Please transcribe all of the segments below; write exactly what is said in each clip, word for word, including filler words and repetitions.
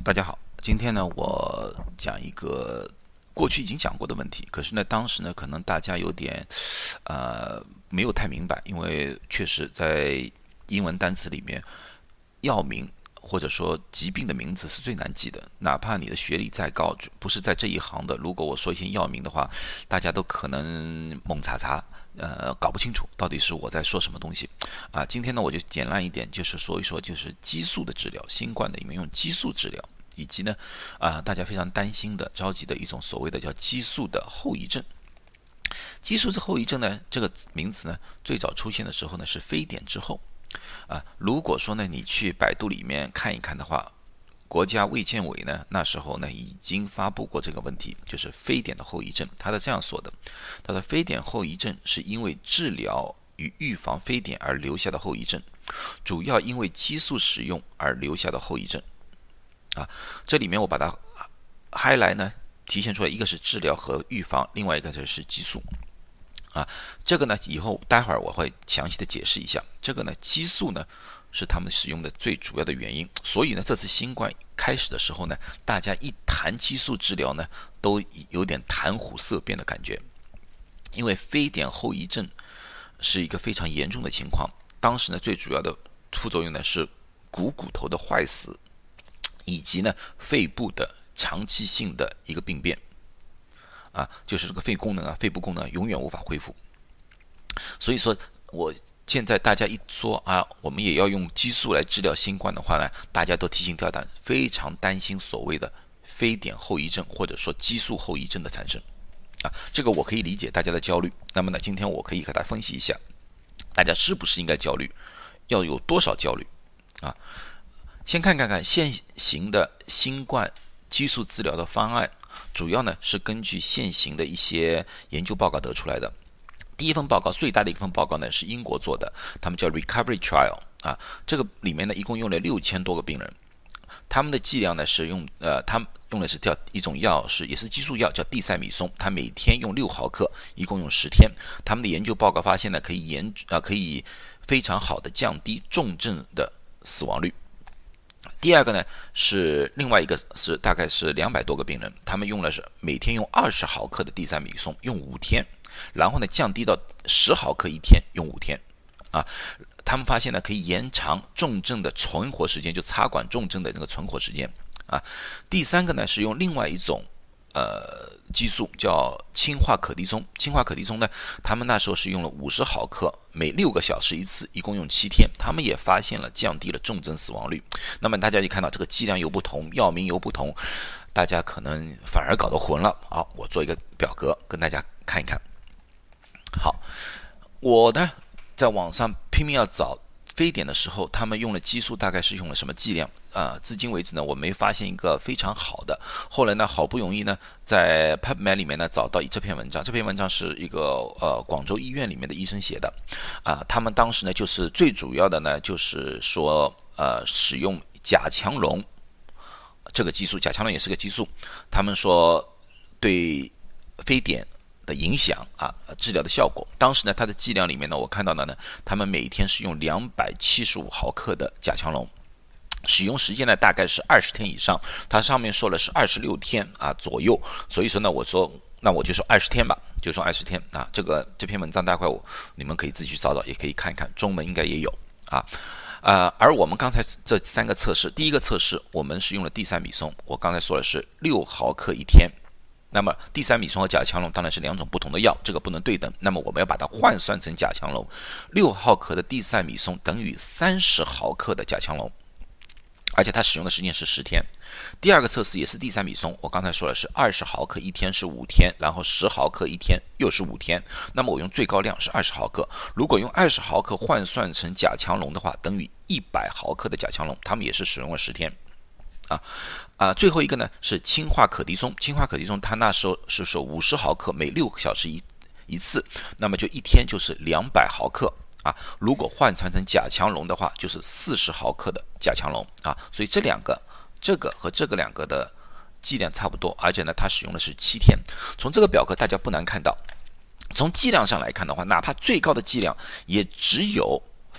大家好，今天呢，我讲一个过去已经讲过的问题，可是呢，当时呢，可能大家有点呃没有太明白，因为确实在英文单词里面，药名或者说疾病的名字是最难记的，哪怕你的学历再高，不是在这一行的，如果我说一些药名的话，大家都可能懵查查。呃，搞不清楚到底是我在说什么东西啊。今天呢，我就简烂一点，就是说一说就是激素的治疗，新冠的里面用激素治疗，以及呢，啊，大家非常担心的、着急的一种所谓的叫激素的后遗症。激素之后遗症呢，这个名词呢，最早出现的时候呢是非典之后啊。如果说呢，你去百度里面看一看的话，国家卫健委呢，那时候呢已经发布过这个问题，就是非典的后遗症。他是这样说的：他的非典后遗症是因为治疗与预防非典而留下的后遗症，主要因为激素使用而留下的后遗症。啊，这里面我把它 highlight 呢，体现出来，一个是治疗和预防，另外一个就是激素。啊，这个呢，以后待会儿我会详细的解释一下。这个呢，激素呢是他们使用的最主要的原因。所以呢，这次新冠开始的时候呢，大家一谈激素治疗呢，都有点谈虎色变的感觉，因为非典后遗症是一个非常严重的情况。当时呢，最主要的副作用呢是股骨头的坏死，以及呢肺部的长期性的一个病变。啊，就是这个肺功能啊，肺部功能永远无法恢复。所以说，我现在大家一说啊，我们也要用激素来治疗新冠的话呢，大家都提心吊胆，非常担心所谓的非典后遗症或者说激素后遗症的产生。啊，这个我可以理解大家的焦虑。那么呢，今天我可以和大家分析一下，大家是不是应该焦虑，要有多少焦虑啊？先看看看现行的新冠激素治疗的方案。主要呢是根据现行的一些研究报告得出来的。第一份报告，最大的一份报告呢是英国做的，他们叫 Recovery Trial 啊，这个里面呢一共用了六千多个病人，他们的剂量呢是用呃，他们用的是叫一种药是也是激素药，叫地塞米松，他每天用六毫克，一共用十天。他们的研究报告发现呢，可以严啊、呃、可以非常好的降低重症的死亡率。第二个呢是另外一个是大概是两百多个病人，他们用的是每天用二十毫克的地塞米松，用五天，然后呢降低到十毫克一天，用五天，啊，他们发现呢可以延长重症的存活时间，就插管重症的那个存活时间啊。第三个呢是用另外一种呃激素叫氢化可的松，氢化可的松呢，他们那时候是用了五十毫克，每六个小时一次，一共用七天，他们也发现了降低了重症死亡率。那么大家一看到这个剂量又不同，药名又不同，大家可能反而搞得混了。好，我做一个表格跟大家看一看。好，我呢在网上拼命要找非典的时候，他们用了激素大概是用了什么剂量啊、呃？至今为止呢，我没发现一个非常好的。后来呢，好不容易呢，在 PubMed 里面呢找到这篇文章，这篇文章是一个呃广州医院里面的医生写的啊、呃。他们当时呢，就是最主要的呢，就是说呃使用甲强龙这个激素，甲强龙也是个激素，他们说对非典的影响啊，治疗的效果。当时呢，它的剂量里面呢，我看到的呢，他们每天是用两百七十五毫克的甲强龙，使用时间呢大概是二十天以上，它上面说了是二十六天啊左右，所以说呢，我说那我就说二十天吧，就说二十天啊。这个这篇文章大概我你们可以自己去找找，也可以看一看，中文应该也有啊。呃，而我们刚才这三个测试，第一个测试我们是用了地塞米松，我刚才说的是六毫克一天。那么地塞米松和甲强龙当然是两种不同的药，这个不能对等。那么我们要把它换算成甲强龙，六毫克的地塞米松等于三十毫克的甲强龙，而且它使用的时间是十天。第二个测试也是地塞米松，我刚才说的是二十毫克一天是五天，然后十毫克一天又是五天。那么我用最高量是二十毫克，如果用二十毫克换算成甲强龙的话，等于一百毫克的甲强龙，他们也是使用了十天。啊啊，最后一个呢是氢化可的松，氢化可的松它那时候是说五十毫克，每六个小时一一次，那么就一天就是两百毫克啊。如果换算成甲强龙的话，就是四十毫克的甲强龙啊。所以这两个，这个和这个两个的剂量差不多，而且呢，它使用的是七天。从这个表格大家不难看到，从剂量上来看的话，哪怕最高的剂量也只有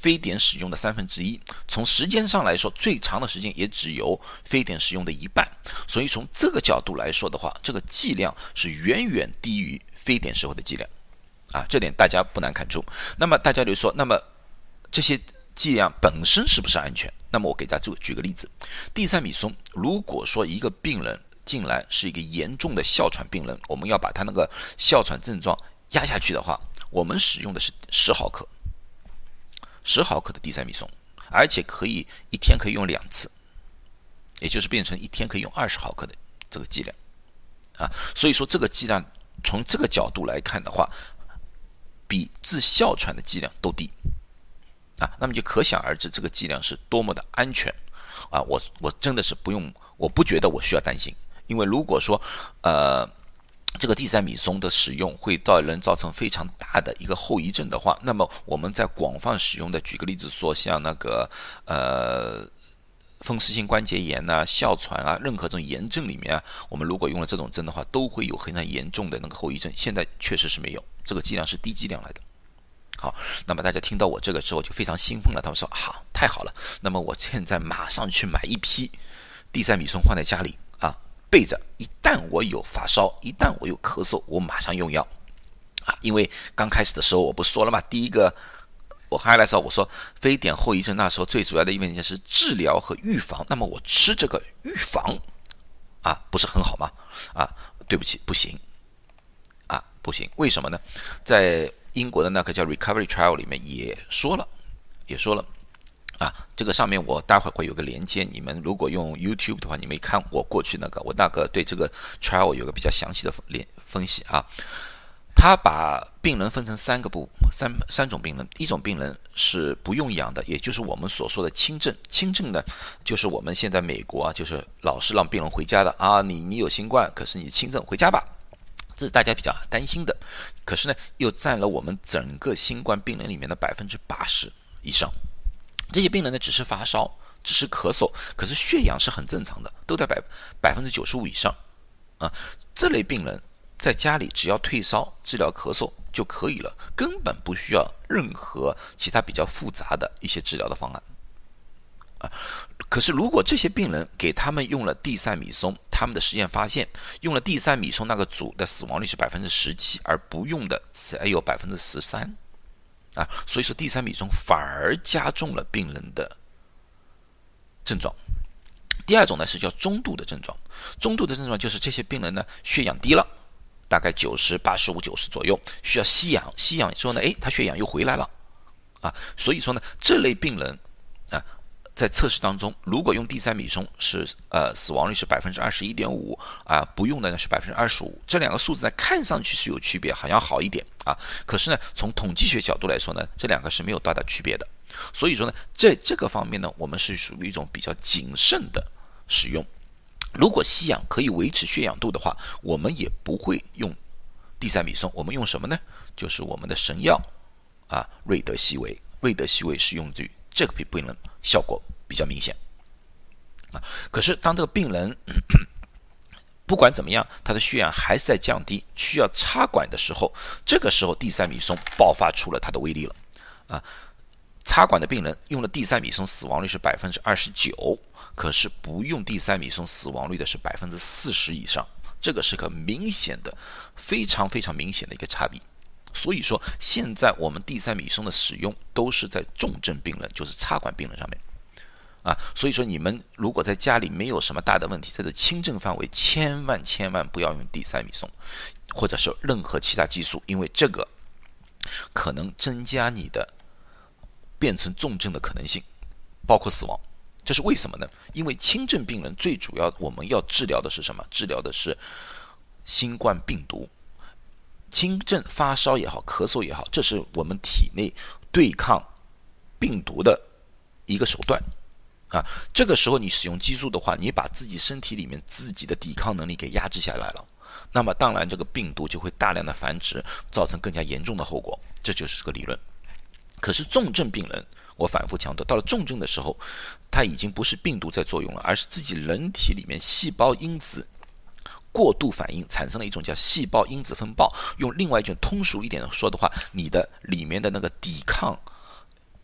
非碘使用的三分之一，从时间上来说，最长的时间也只有非碘使用的一半。所以从这个角度来说的话，这个剂量是远远低于非碘时候的剂量啊，这点大家不难看出。那么大家就说，那么这些剂量本身是不是安全？那么我给大家举个例子，地塞米松，如果说一个病人进来是一个严重的哮喘病人，我们要把他那个哮喘症状压下去的话，我们使用的是十毫克，十毫克的地塞米松，而且可以一天可以用两次，也就是变成一天可以用二十毫克的这个剂量啊。所以说这个剂量从这个角度来看的话，比治哮喘的剂量都低啊。那么就可想而知，这个剂量是多么的安全啊！我我真的是不用，我不觉得我需要担心，因为如果说呃。这个地塞米松的使用会到人造成非常大的一个后遗症的话，那么我们在广泛使用的，举个例子说，像那个呃风湿性关节炎啊、哮喘啊，任何这种炎症里面啊，我们如果用了这种针的话，都会有非常严重的那个后遗症。现在确实是没有，这个剂量是低剂量来的。好，那么大家听到我这个之后就非常兴奋了，他们说好，太好了，那么我现在马上去买一批地塞米松放在家里啊。备着，一旦我有发烧，一旦我有咳嗽，我马上用药啊！因为刚开始的时候我不说了嘛，第一个我还来说，我说非碘后遗症那时候最主要的一问题是治疗和预防，那么我吃这个预防啊，不是很好吗？啊，对不起，不行啊，不行，为什么呢？在英国的那个叫 Recovery Trial 里面也说了，也说了。啊，这个上面我待会儿会有个连接，你们如果用 YouTube 的话，你们看我过去那个，我那个对这个 trial 有个比较详细的分析啊。他把病人分成三个部，三三种病人，一种病人是不用氧的，也就是我们所说的轻症。轻症呢，就是我们现在美国啊，就是老是让病人回家的啊，你你有新冠，可是你轻症回家吧，这是大家比较担心的。可是呢，又占了我们整个新冠病人里面的百分之八十以上。这些病人呢，只是发烧，只是咳嗽，可是血氧是很正常的，都在百百分之九十五以上啊。这类病人在家里只要退烧、治疗咳嗽就可以了，根本不需要任何其他比较复杂的一些治疗的方案啊。可是如果这些病人给他们用了地塞米松，他们的实验发现，用了地塞米松那个组的死亡率是百分之十七，而不用的才有百分之十三。啊，所以说地塞米松反而加重了病人的症状。第二种呢是叫中度的症状，中度的症状就是这些病人呢血氧低了，大概九十、八十五、九十左右，需要吸氧，吸氧之后呢，诶，他血氧又回来了，啊，所以说呢，这类病人啊，在测试当中，如果用地塞米松是呃死亡率是百分之二十一点五啊，不用的呢是百分之二十五，这两个数字呢看上去是有区别，好像好一点啊，可是呢，从统计学角度来说呢，这两个是没有多大区别的。所以说呢，在这个方面呢，我们是属于一种比较谨慎的使用。如果吸氧可以维持血氧度的话，我们也不会用地塞米松，我们用什么呢？就是我们的神药啊，瑞德西韦。瑞德西韦是用于这个病人效果比较明显啊。可是当这个病人咳咳不管怎么样，他的血氧还是在降低，需要插管的时候，这个时候地塞米松爆发出了它的威力了啊。插管的病人用了地塞米松，死亡率是百分之二十九，可是不用地塞米松，死亡率的是百分之四十以上，这个是个明显的、非常非常明显的一个差别。所以说，现在我们地塞米松的使用都是在重症病人，就是插管病人上面啊。所以说，你们如果在家里没有什么大的问题，在这轻症范围，千万千万不要用地塞米松，或者是任何其他激素，因为这个可能增加你的变成重症的可能性，包括死亡。这是为什么呢？因为轻症病人最主要我们要治疗的是什么？治疗的是新冠病毒。轻症发烧也好，咳嗽也好，这是我们体内对抗病毒的一个手段啊。这个时候你使用激素的话，你把自己身体里面自己的抵抗能力给压制下来了，那么当然这个病毒就会大量的繁殖，造成更加严重的后果，这就是这个理论。可是重症病人，我反复强调，到了重症的时候，它已经不是病毒在作用了，而是自己人体里面细胞因子过度反应产生了一种叫细胞因子风暴。用另外一种通俗一点说的话，你的里面的那个抵抗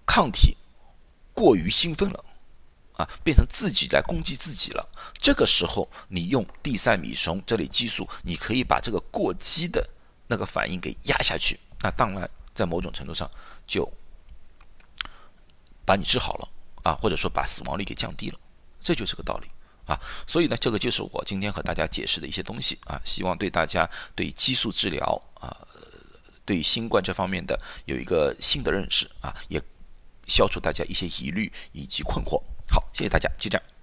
抗体过于兴奋了啊，变成自己来攻击自己了。这个时候，你用地塞米松这类激素，你可以把这个过激的那个反应给压下去。那当然，在某种程度上就把你治好了啊，或者说把死亡率给降低了，这就是个道理啊。所以呢，这个就是我今天和大家解释的一些东西啊，希望对大家对激素治疗啊，对新冠这方面的有一个新的认识啊，也消除大家一些疑虑以及困惑。好，谢谢大家，就这样。